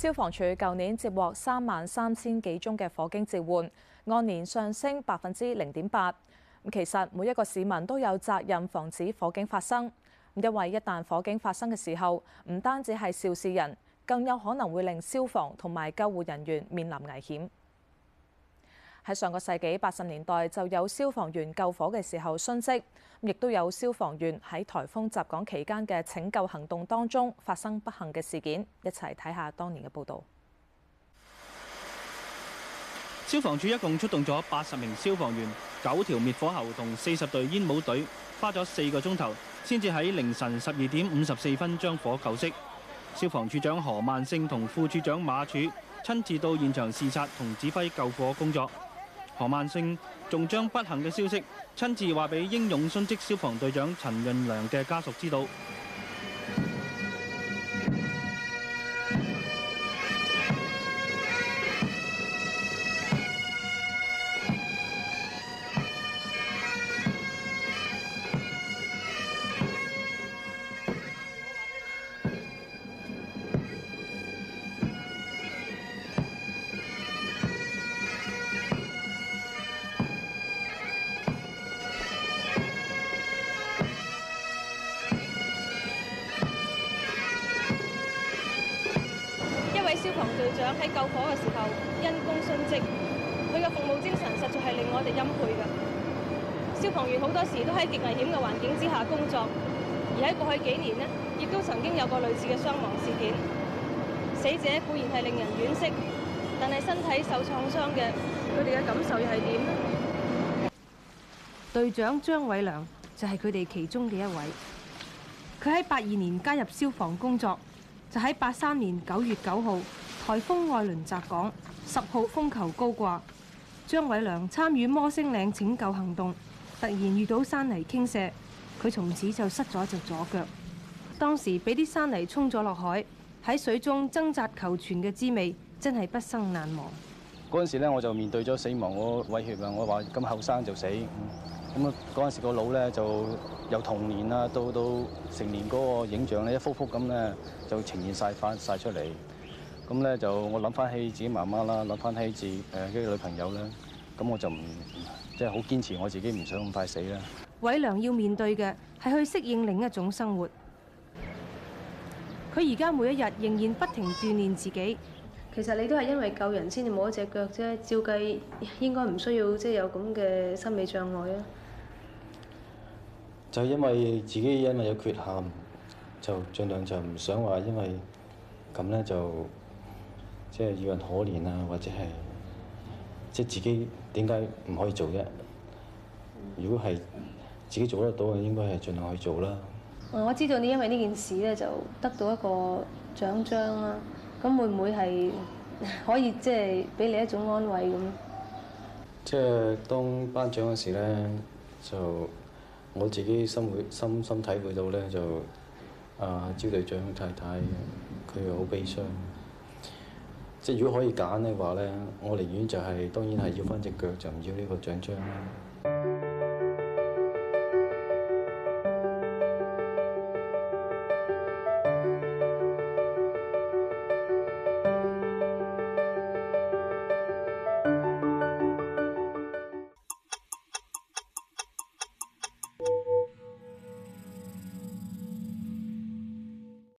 消防處舊年接獲33000幾宗嘅火警召喚，按年上升0.8%。其實每一個市民都有責任防止火警發生，因為一旦火警發生嘅時候，唔單止係肇事人，更有可能會令消防同埋救護人員面臨危險。喺上個世紀80年代就有消防員救火嘅時候殉職，亦都有消防員喺颱風襲港期間嘅拯救行動當中發生不幸嘅事件。一齊睇下當年嘅報導。 消防處一共出動咗80名消防員、9條滅火喉同40隊煙帽隊，花咗4個鐘頭，先至喺凌晨12點54分將火救熄。消防處長何萬勝同副處長馬柱親自到現場視察同指揮救火工作。何萬勝仲將不幸嘅消息親自話俾英勇殉職消防隊長陳潤良嘅家屬知道。 消防隊長喺救火嘅時候因公殉職，佢嘅服務精神實在係令我哋欽佩嘅。消防員好多時都喺極危險嘅環境之下工作，而喺過去幾年呢，亦都曾經有過類似嘅傷亡事件。死者固然係令人惋惜，但係身體受創傷嘅，佢哋嘅感受又係點呢？ 隊長張偉良就係佢哋其中嘅一位。佢喺82年加入消防工作。就喺83年9月9號，颱風愛倫襲港，10號風球高掛。張偉良參與摩星嶺拯救行動，突然遇到山泥傾瀉，佢從此就失咗隻左腳。當時俾啲山泥沖咗落海，喺水中掙扎求存嘅滋味，真係畢生難忘。 嗰陣時咧，我就面對咗死亡嗰個威脅啦。我話咁後生就死，咁啊嗰陣時個腦咧就由童年啦到成年嗰個影像咧，一幅幅咁咧就呈現晒出嚟。咁咧就我諗翻起自己媽媽啦，諗翻起自己嘅女朋友啦，咁我就唔即係好堅持我自己唔想咁快死啦。 偉良要面對嘅係去適應另一種生活。佢而家每一日仍然不停鍛鍊自己。 其實你都係因為救人先至冇一隻腳啫，照計應該唔需要即係有咁嘅心理障礙啊。 就係因為自己因為有缺陷，就盡量就唔想話因為咁咧就即係要人可憐啊，或者係即係自己點解唔可以做啫？如果係自己做得到嘅，應該係盡量去做啦。 我知道你因為呢件事咧就得到一個獎章啦，咁會唔會係可以即係俾你一種安慰咁？ 即係當頒獎嗰時咧，就我自己深體會到咧，就招隊長太太佢又好悲傷。即係如果可以揀嘅話咧，我寧願就係當然係要返隻腳，就唔要呢個獎章啦。